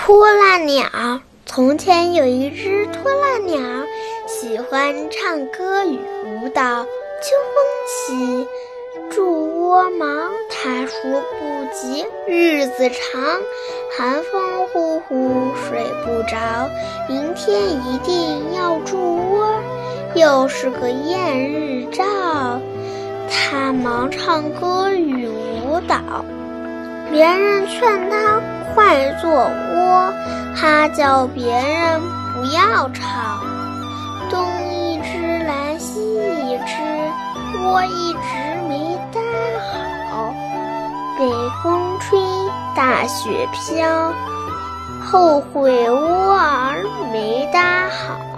拖拉鸟。从前有一只拖拉鸟，喜欢唱歌与舞蹈。秋风起，筑窝忙，它说不急，日子长，寒风呼呼，睡不着，明天一定要筑窝。又是个艳日照，它忙唱歌与舞蹈。别人劝他快做窝，他叫别人不要吵。东一只来西一只，窝一直没搭好。北风吹，大雪飘，后悔窝儿没搭好。